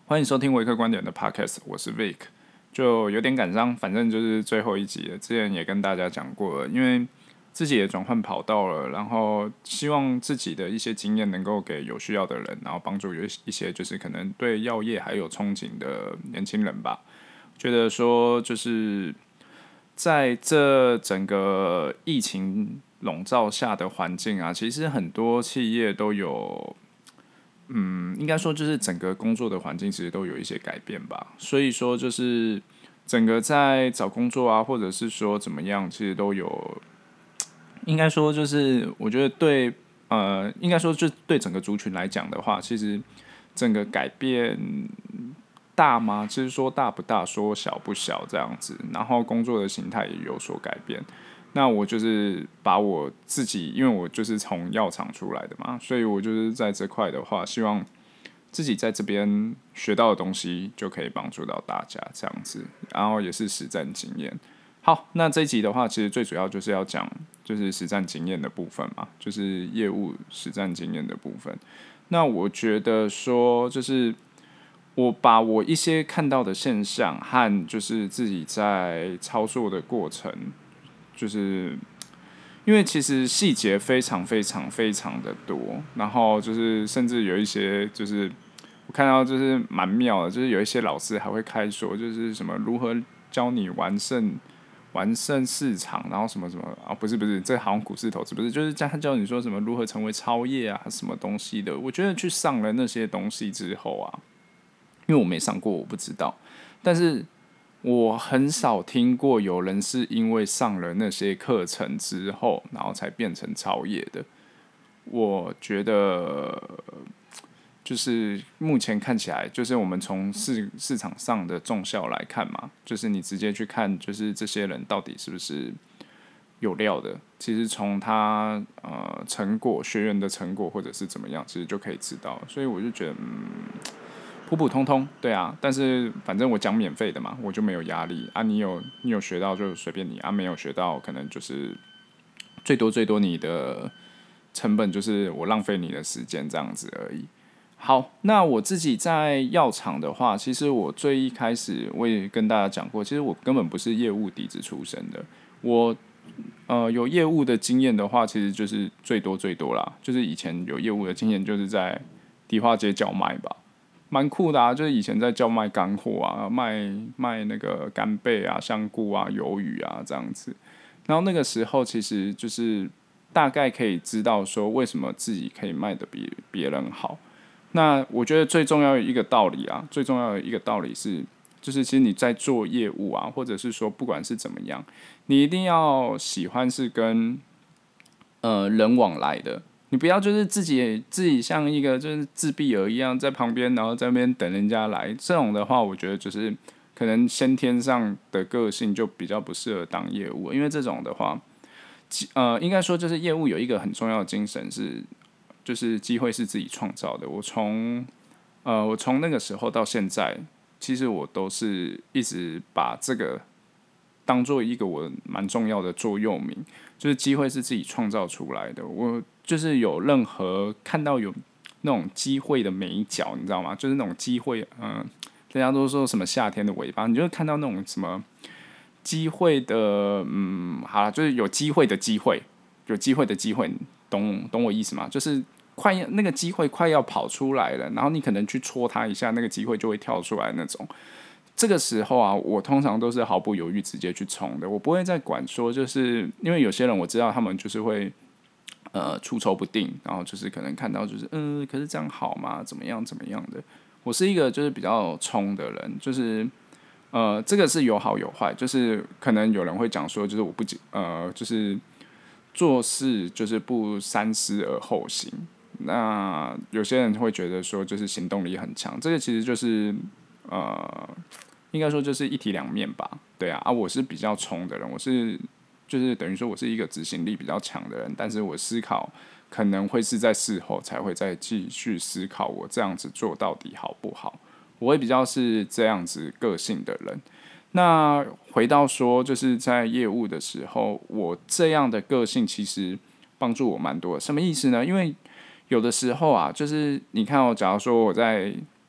欢迎收听维克观点的 Podcast， 我是 Vic， 就有点感伤，反正就是最后一集了。之前也跟大家讲过了，因为自己也转换跑道了，然后希望自己的一些经验能够给有需要的人，然后帮助有一些就是可能对药业还有憧憬的年轻人吧。觉得说就是在这整个疫情笼罩下的环境啊，其实很多企业都有。应该说就是整个工作的环境其实都有一些改变吧，所以说就是整个在找工作啊，或者是说怎么样，其实都有，应该说就是我觉得对，应该说就对整个族群来讲的话，其实整个改变大吗？其实说大不大，说小不小这样子，然后工作的形态也有所改变。那我就是把我自己，因为我就是从药厂出来的嘛，所以我就是在这块的话，希望自己在这边学到的东西就可以帮助到大家这样子，然后也是实战经验。好，那这一集的话，其实最主要就是要讲就是实战经验的部分嘛，就是业务实战经验的部分。那我觉得说，就是我把我一些看到的现象和就是自己在操作的过程，就是因为其实细节非常非常非常的多，然后就是甚至有一些就是我看到就是蛮妙的，就是有一些老师还会开说，就是什么如何教你完胜市场，然后什么什么啊，不是，这好像股市投资不是，就是他教你说什么如何成为超业啊，什么东西的。我觉得去上了那些东西之后啊，因为我没上过，我不知道，但是我很少听过有人是因为上了那些课程之后，然后才变成超业的。我觉得就是目前看起来，就是我们从市场上的重效来看嘛，就是你直接去看，就是这些人到底是不是有料的。其实从他成果、学员的成果或者是怎么样，其实就可以知道。所以我就觉得，普普通通，对啊。但是反正我讲免费的嘛，我就没有压力啊。你有学到就随便你啊，没有学到可能就是最多你的成本就是我浪费你的时间这样子而已。好，那我自己在药厂的话，其实我最一开始我也跟大家讲过，其实我根本不是业务底子出身的。我有业务的经验的话，其实就是最多啦，就是以前有业务的经验，就是在迪化街叫卖吧，蛮酷的啊。就是以前在叫卖干货啊，卖那个干贝啊、香菇啊、鱿鱼啊这样子。然后那个时候其实就是大概可以知道说为什么自己可以卖得比别人好。那我觉得最重要的一个道理啊，最重要的一个道理是，就是其实你在做业务啊，或者是说不管是怎么样，你一定要喜欢是跟人往来的，你不要就是自己像一个就是自闭儿一样在旁边，然后在那边等人家来。这种的话，我觉得就是可能先天上的个性就比较不适合当业务，因为这种的话，应该说就是业务有一个很重要的精神是，就是机会是自己创造的。我从那个时候到现在，其实我都是一直把这个当做一个我蛮重要的座右铭，就是机会是自己创造出来的。我就是有任何看到有那种机会的美角，你知道吗？就是那种机会，人家都说什么夏天的尾巴，你就会看到那种什么机会的，好了，就是有机会的机会，有机会的机会，懂我意思吗？就是那个机会快要跑出来了，然后你可能去戳它一下，那个机会就会跳出来那种。这个时候啊，我通常都是毫不犹豫直接去冲的，我不会再管说，就是因为有些人我知道他们就是会出筹不定，然后就是可能看到就是可是这样好吗？怎么样怎么样的？我是一个就是比较冲的人，就是这个是有好有坏，就是可能有人会讲说，就是我不就是做事就是不三思而后行。那有些人会觉得说，就是行动力很强，这个其实就是呃，应该说就是一体两面吧。对啊，我是比较冲的人，就是等于说我是一个执行力比较强的人，但是我思考可能会是在事后才会再继续思考我这样子做到底好不好。我会比较是这样子个性的人。那回到说，就是在业务的时候，我这样的个性其实帮助我蛮多的。什么意思呢？因为有的时候啊，就是你看假如说我在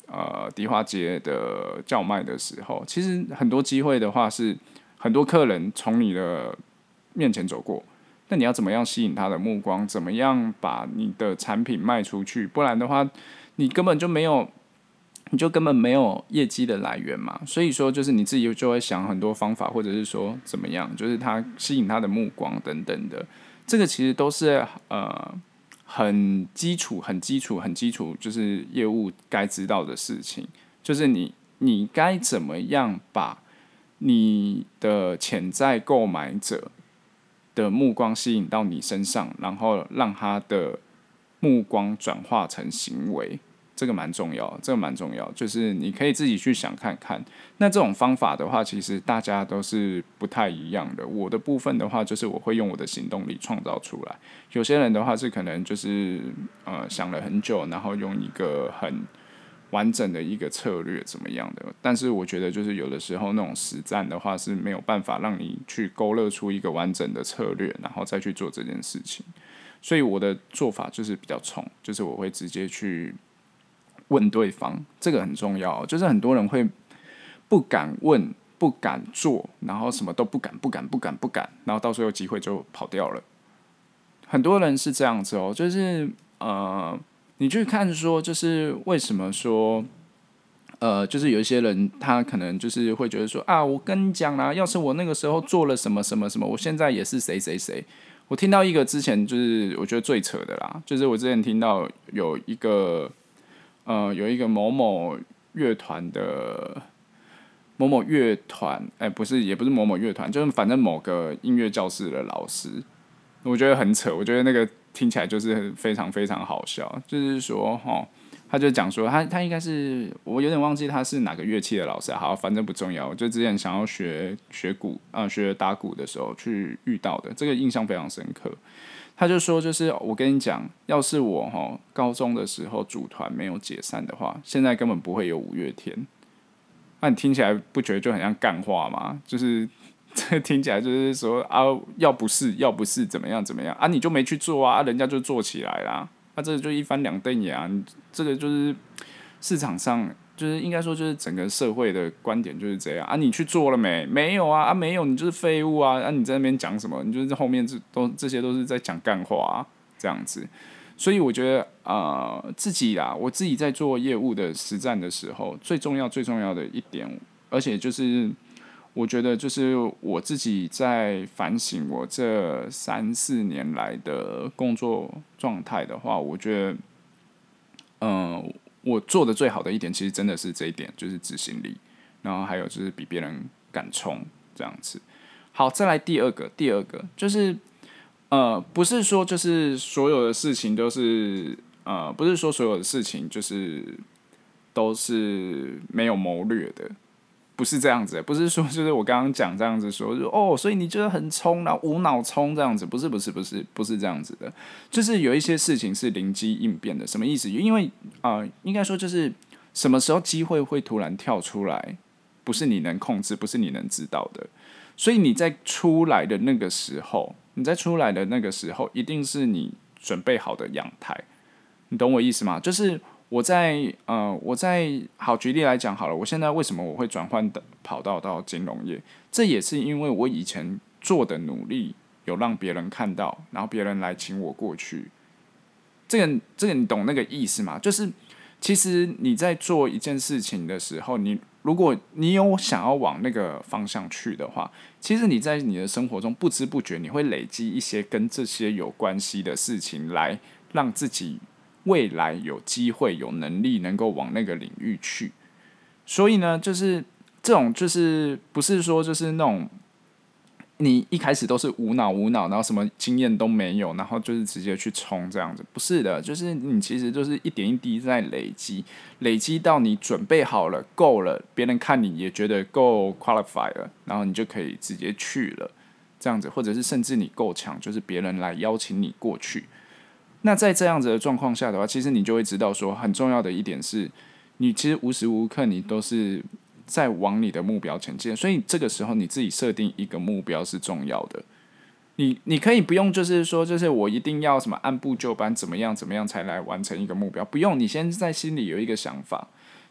迪化街的叫卖的时候，其实很多机会的话是很多客人从你的面前走过，那你要怎么样吸引他的目光？怎么样把你的产品卖出去？不然的话，你根本就没有。你就根本没有业绩的来源嘛，所以说就是你自己就会想很多方法，或者是说怎么样，就是他吸引他的目光等等的，这个其实都是很基础、很基础、很基础，就是业务该知道的事情，就是你该怎么样把你的潜在购买者的目光吸引到你身上，然后让他的目光转化成行为。这个蛮重要，这个蛮重要，就是你可以自己去想看看。那这种方法的话，其实大家都是不太一样的。我的部分的话，就是我会用我的行动力创造出来。有些人的话是可能就是想了很久，然后用一个很完整的一个策略怎么样的。但是我觉得就是有的时候那种实战的话是没有办法让你去勾勒出一个完整的策略，然后再去做这件事情。所以我的做法就是比较冲，就是我会直接去问对方，这个很重要。就是很多人会不敢问、不敢做，然后什么都不敢、然后到最后机会就跑掉了。很多人是这样子哦，就是你去看说，就是为什么说就是有一些人他可能就是会觉得说啊，我跟你讲啦，要是我那个时候做了什么什么什么，我现在也是谁谁谁。我听到一个之前就是我觉得最扯的啦，就是我之前听到有一个某某乐团的某某乐团，不是也不是某某乐团，就是反正某个音乐教室的老师，我觉得很扯，我觉得那个听起来就是非常非常好笑，就是说他就讲说他应该是我有点忘记他是哪个乐器的老师，好，反正不重要。我就之前想要学鼓学打鼓的时候去遇到的，这个印象非常深刻。他就说，就是我跟你讲，要是我高中的时候组团没有解散的话，现在根本不会有五月天。那你听起来不觉得就很像干话吗？就是这听起来就是说啊，要不是怎么样怎么样啊，你就没去做啊，人家就做起来啦。这个就一翻两瞪眼啊！这个就是市场上，就是应该说，就是整个社会的观点就是这样啊！你去做了没？没有啊！没有，你就是废物啊！你在那边讲什么？你就是后面这些都是在讲干话这样子。所以我觉得自己啦，我自己在做业务的实战的时候，最重要的一点，而且就是我觉得就是我自己在反省我这3-4年来的工作状态的话，我觉得，我做的最好的一点，其实真的是这一点，就是执行力，然后还有就是比别人敢冲这样子。好，再来第二个就是不是说就是所有的事情都是不是说所有的事情就是都是没有谋略的。不是这样子，不是说就是我刚刚讲这样子说，所以你觉得很冲，然后无脑冲这样子，不是这样子的，就是有一些事情是灵机应变的，什么意思？因为应该说就是什么时候机会会突然跳出来，不是你能控制，不是你能知道的，所以你在出来的那个时候，一定是你准备好的样态，你懂我意思吗？就是我在好举例来讲好了，我现在为什么我会转换的跑道到金融业？这也是因为我以前做的努力有让别人看到，然后别人来请我过去。这个你懂那个意思吗？就是其实你在做一件事情的时候，如果你有想要往那个方向去的话，其实你在你的生活中不知不觉你会累积一些跟这些有关系的事情，来让自己未来有机会、有能力能够往那个领域去。所以呢，就是这种，就是不是说就是那种你一开始都是无脑，然后什么经验都没有，然后就是直接去冲这样子，不是的，就是你其实就是一点一滴在累积，累积到你准备好了、够了，别人看你也觉得够 qualify 了，然后你就可以直接去了，这样子，或者是甚至你够强，就是别人来邀请你过去。那在这样子的状况下的话，其实你就会知道说，很重要的一点是，你其实无时无刻你都是在往你的目标前进，所以这个时候你自己设定一个目标是重要的。你可以不用就是说，就是我一定要什么按部就班，怎么样才来完成一个目标，不用，你先在心里有一个想法。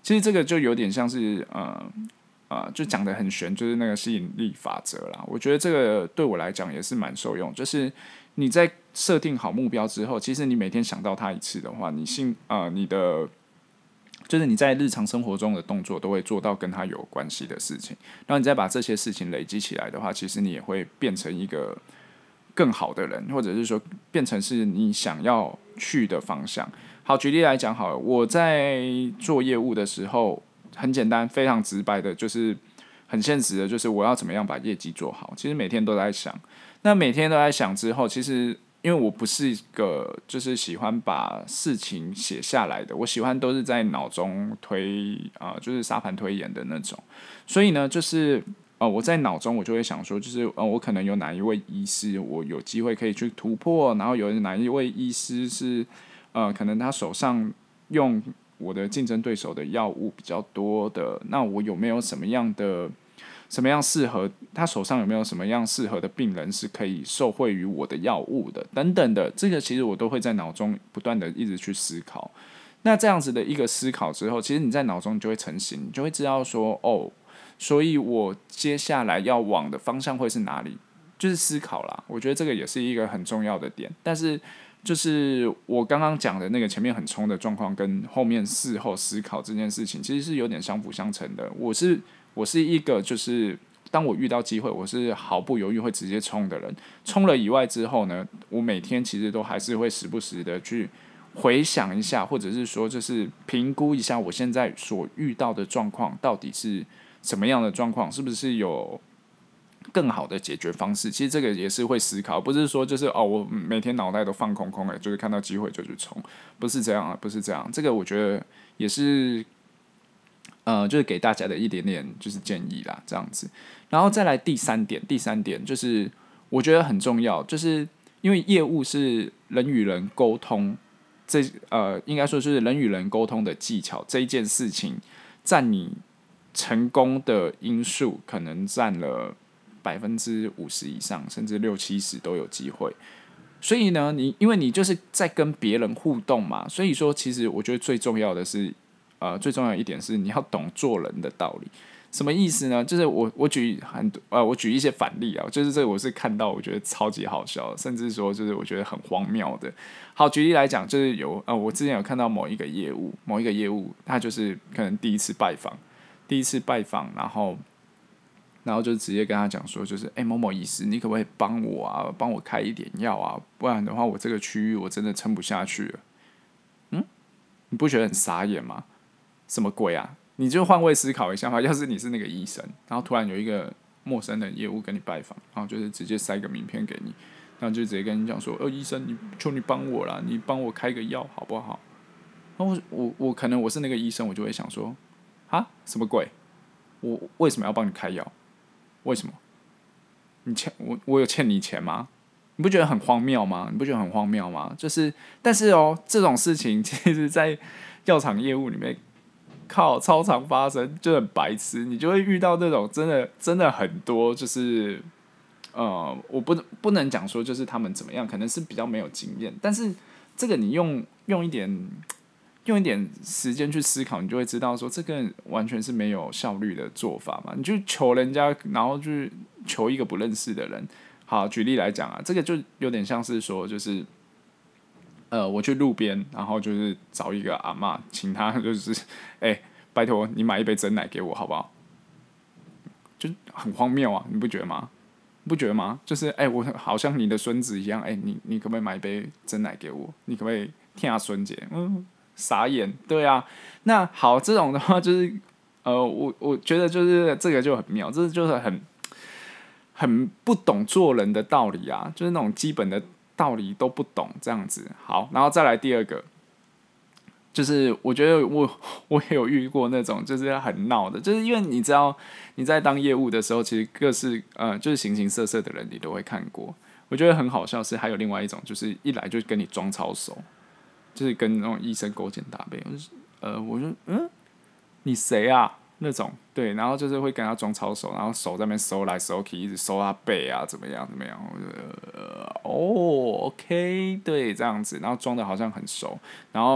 其实这个就有点像是就讲得很玄，就是那个吸引力法则啦。我觉得这个对我来讲也是蛮受用，就是你在设定好目标之后，其实你每天想到它一次的话，你的就是你在日常生活中的动作都会做到跟它有关系的事情，然后你再把这些事情累积起来的话，其实你也会变成一个更好的人，或者是说变成是你想要去的方向。好，举例来讲好了，我在做业务的时候，很简单，非常直白的，就是很现实的，就是我要怎么样把业绩做好。其实每天都在想，那每天都在想之后，其实因为我不是一个就是喜欢把事情写下来的，我喜欢都是在脑中就是沙盘推演的那种。所以呢，就是我在脑中我就会想说，就是我可能有哪一位医师，我有机会可以去突破，然后有哪一位医师是可能他手上用我的竞争对手的药物比较多的，那我有没有什么样适合他手上有没有什么样适合的病人是可以受惠于我的药物的等等的，这个其实我都会在脑中不断的一直去思考。那这样子的一个思考之后，其实你在脑中你就会成型，你就会知道说所以我接下来要往的方向会是哪里，就是思考啦。我觉得这个也是一个很重要的点，但是就是我刚刚讲的那个前面很冲的状况，跟后面事后思考这件事情，其实是有点相辅相成的。我是一个就是当我遇到机会，我是毫不犹豫会直接冲的人。冲了以外之后呢，我每天其实都还是会时不时的去回想一下，或者是说就是评估一下我现在所遇到的状况到底是什么样的状况，是不是有更好的解决方式。其实这个也是会思考，不是说就是我每天脑袋都放空空的，就是看到机会就去冲，不是这样啊，不是这样。这个我觉得也是就是给大家的一点点就是建议啦，这样子。然后再来第三点就是我觉得很重要，就是因为业务是人与人沟通，应该说是人与人沟通的技巧这一件事情，占你成功的因素可能占了50%以上，甚至60-70%都有机会。所以呢，因为你就是在跟别人互动嘛，所以说其实我觉得最重要的是，最重要的一点是你要懂做人的道理。什么意思呢？就是我举一些反例啊，就是这个我是看到我觉得超级好笑，甚至说就是我觉得很荒谬的。好，举例来讲，就是我之前有看到某一个业务，他就是可能第一次拜访，然后就直接跟他讲说，就是某某医师，你可不可以帮我开一点药啊？不然的话，我这个区域我真的撑不下去了。你不觉得很傻眼吗？什么鬼啊？你就换位思考一下嘛。要是你是那个医生，然后突然有一个陌生的业务跟你拜访，然后就是直接塞个名片给你，然后就直接跟你讲说，医生，求你帮我啦，你帮我开个药好不好？然后我可能我是那个医生，我就会想说，什么鬼？我为什么要帮你开药？为什么？我有欠你钱吗？你不觉得很荒谬吗？就是，但是这种事情其实，在药厂业务里面，超常发生，就很白痴。你就会遇到这种真的很多，就是我不能讲说就是他们怎么样，可能是比较没有经验，但是这个你用一点时间去思考，你就会知道说这个完全是没有效率的做法嘛。你去求人家，然后去求一个不认识的人。好，举例来讲啊，这个就有点像是说，就是我去路边，然后就是找一个阿嬷，请他就是拜托你买一杯真奶给我好不好？就很荒谬啊，你不觉得吗？就是我好像你的孙子一样，你可不可以买一杯真奶给我？你可不可以听下孙姐？傻眼，对啊。那好，这种的话就是我觉得就是这个就很妙，这就是很不懂做人的道理啊，就是那种基本的道理都不懂这样子。好，然后再来第二个，就是我觉得我也有遇过那种就是很闹的，就是因为你知道你在当业务的时候，其实就是形形色色的人你都会看过。我觉得很好笑是还有另外一种，就是一来就跟你装超熟，就是跟那种医生勾肩搭背，我说你谁啊？那种对，然后就是会跟他装超熟，然后手在那边收来收去，一直收他背啊，怎么样？我就OK，对，这样子，然后装的好像很熟，然后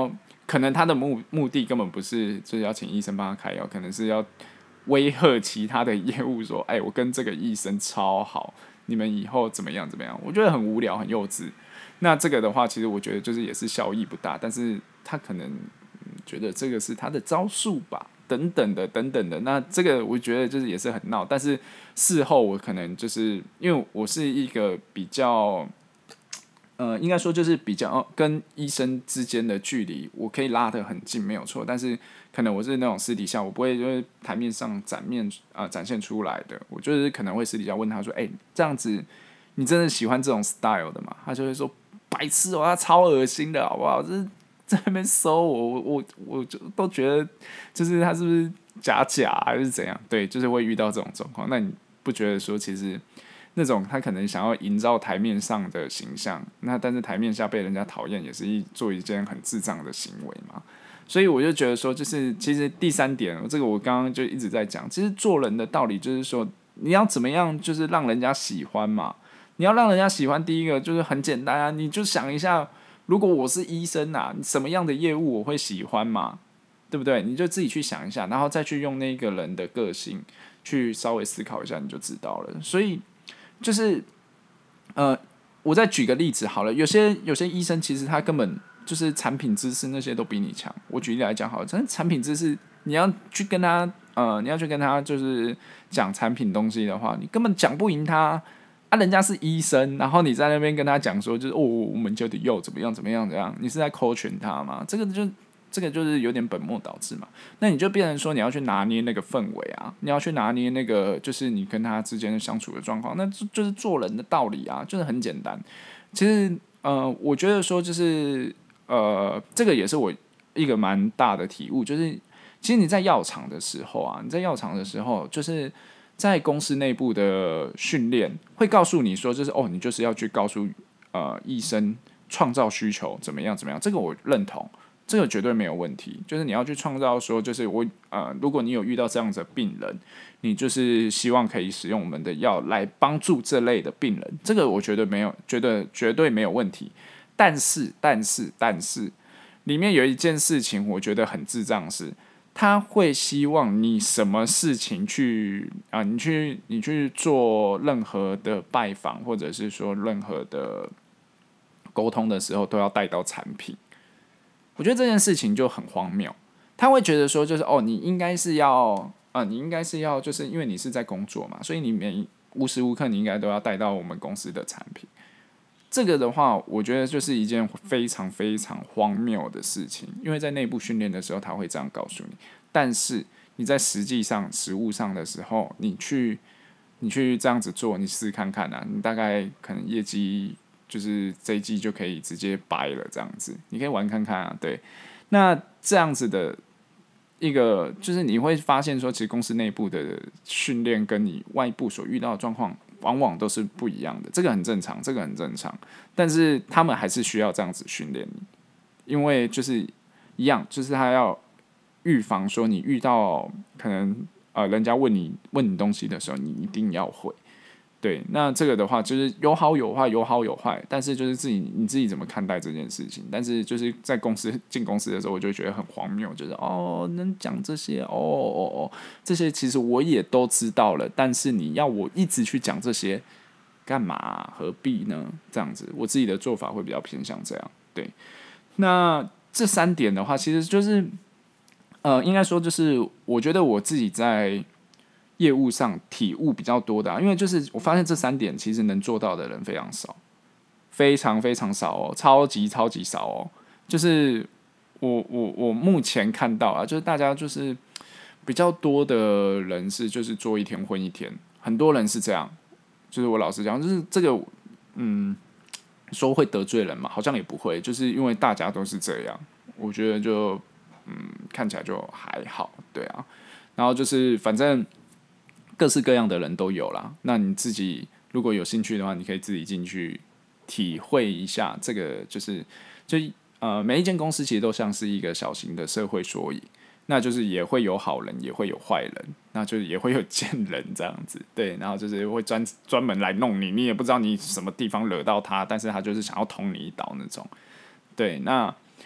可能他的目的根本不是就是要请医生帮他开药，可能是要威吓其他的业务说，哎，我跟这个医生超好，你们以后怎么样怎么样？我觉得很无聊，很幼稚。那这个的话，其实我觉得就是也是效益不大，但是他可能觉得这个是他的招数吧，等等的等等的。那这个我觉得就是也是很闹，但是事后我可能就是因为我是一个比较。应该说就是比较跟医生之间的距离，我可以拉得很近，没有错。但是可能我是那种私底下，我不会就是台面上展现出来的。我就是可能会私底下问他说：“哎、这样子你真的喜欢这种 style 的吗？”他就会说：“白痴哦，他超恶心的，好不好？就是在那边搜我就都觉得，就是他是不是假还是怎样？对，就是会遇到这种状况。那你不觉得说其实？”那种他可能想要营造台面上的形象，那但是台面下被人家讨厌，也是做一件很智障的行为嘛。所以我就觉得说，就是其实第三点，这个我刚刚就一直在讲，其实做人的道理就是说，你要怎么样，就是让人家喜欢嘛。你要让人家喜欢，第一个就是很简单啊，你就想一下，如果我是医生啊，什么样的业务我会喜欢嘛？对不对？你就自己去想一下，然后再去用那个人的个性去稍微思考一下，你就知道了。所以。就是我再举个例子好了，有些医生其实他根本就是产品知识那些都比你强。我举例来讲好了，真的产品知识你要去跟他就是讲产品东西的话，你根本讲不赢他啊。人家是医生，然后你在那边跟他讲说就是我们就得要怎么样怎么样怎样，你是在扣拳他吗？这个就是有点本末倒置嘛。那你就变成说你要去拿捏那个氛围啊，你要去拿捏那个就是你跟他之间的相处的状况，那就是做人的道理啊，就是很简单。其实我觉得说就是这个也是我一个蛮大的体悟，就是其实你在药厂的时候啊，就是在公司内部的训练会告诉你说，就是你就是要去告诉医生创造需求怎么样怎么样，这个我认同。这个绝对没有问题，就是你要去创造说，就是如果你有遇到这样子的病人，你就是希望可以使用我们的药来帮助这类的病人，这个我觉得绝对没有问题。但是，里面有一件事情我觉得很智障是，他会希望你什么事情你去做任何的拜访，或者是说任何的沟通的时候，都要带到产品。我觉得这件事情就很荒谬，他会觉得说，就是你应该是要就是因为你是在工作嘛，所以你无时无刻你应该都要带到我们公司的产品。这个的话，我觉得就是一件非常非常荒谬的事情，因为在内部训练的时候他会这样告诉你，但是你在实务上的时候，你去这样子做，你试试看看啊，你大概可能业绩。就是这一季就可以直接掰了，这样子，你可以玩看看啊。对，那这样子的一个，就是你会发现说，其实公司内部的训练跟你外部所遇到的状况，往往都是不一样的。这个很正常，但是他们还是需要这样子训练你，因为就是一样，就是他要预防说你遇到可能人家问你东西的时候，你一定要会。对，那这个的话就是有好有坏，但是就是你自己怎么看待这件事情？但是就是在进公司的时候，我就觉得很荒谬，就是能讲这些这些其实我也都知道了，但是你要我一直去讲这些干嘛？何必呢？这样子，我自己的做法会比较偏向这样。对，那这三点的话，其实就是应该说就是我觉得我自己在。业务上体悟比较多的因为就是我发现这三点其实能做到的人非常少，非常非常少超级少就是我目前看到就是大家就是比较多的人是就是做一天混一天，很多人是这样，就是我老实讲，就是这个说会得罪人嘛，好像也不会，就是因为大家都是这样，我觉得就看起来就还好，对啊，然后就是反正。各式各样的人都有啦，那你自己如果有兴趣的话，你可以自己进去体会一下这个，每一间公司其实都像是一个小型的社会缩影，那就是也会有好人，也会有坏人，那就是也会有贱人这样子，对，然后就是会专门来弄你，你也不知道你什么地方惹到他，但是他就是想要捅你一刀那种，对，那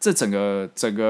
这整个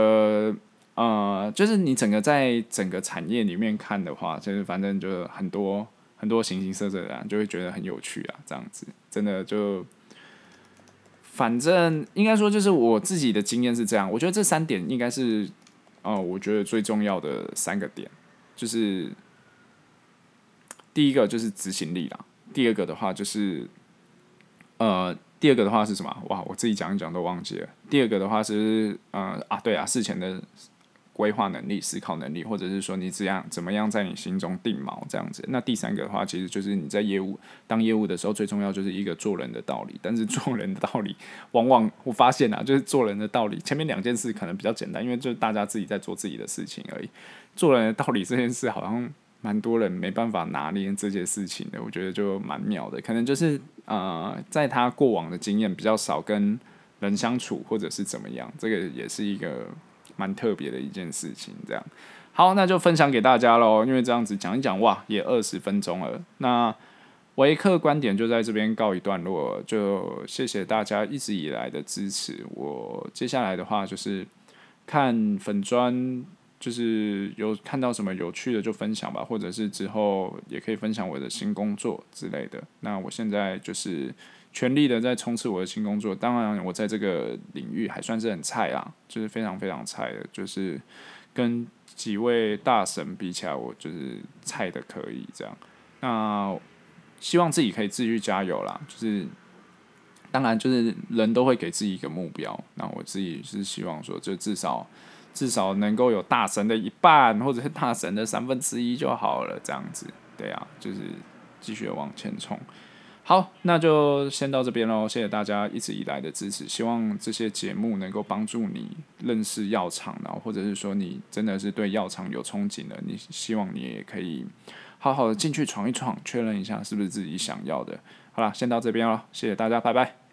就是你在整个产业里面看的话，就是反正就很多很多形形色色的人就会觉得很有趣啊，这样子真的就。反正应该说，就是我自己的经验是这样。我觉得这3点应该是，我觉得最重要的3个点，就是第一个就是执行力啦，第二个的话就是，第二个的话是什么？哇，我自己讲一讲都忘记了。第二个的话是，对啊，事前的规划能力、思考能力，或者是说你怎么样在你心中定锚这样子。那第3个的话，其实就是你在当业务的时候，最重要就是一个做人的道理。但是做人的道理，往往我发现啊，就是做人的道理，前面2件事可能比较简单，因为就是大家自己在做自己的事情而已。做人的道理这件事，好像蛮多人没办法拿捏这件事情的，我觉得就蛮妙的。可能就是在他过往的经验比较少跟人相处，或者是怎么样，这个也是一个蛮特别的一件事情。这样，好，那就分享给大家咯，因为这样子讲一讲，哇，也20分钟了。那维克观点就在这边告一段落，就谢谢大家一直以来的支持。我接下来的话就是看粉专，就是有看到什么有趣的就分享吧，或者是之后也可以分享我的新工作之类的。那我现在就是全力的在冲刺我的新工作，当然我在这个领域还算是很菜啦，就是非常非常菜的，就是跟几位大神比起来，我就是菜的可以这样。那希望自己可以继续加油啦，就是当然就是人都会给自己一个目标，那我自己是希望说，就至少能够有大神的1半，或者是大神的1/3就好了，这样子，对啊，就是继续往前冲。好，那就先到这边咯，谢谢大家一直以来的支持，希望这些节目能够帮助你认识药厂，然后或者是说你真的是对药厂有憧憬的，你希望你也可以好好的进去闯一闯，确认一下是不是自己想要的。好啦，先到这边咯，谢谢大家，拜拜。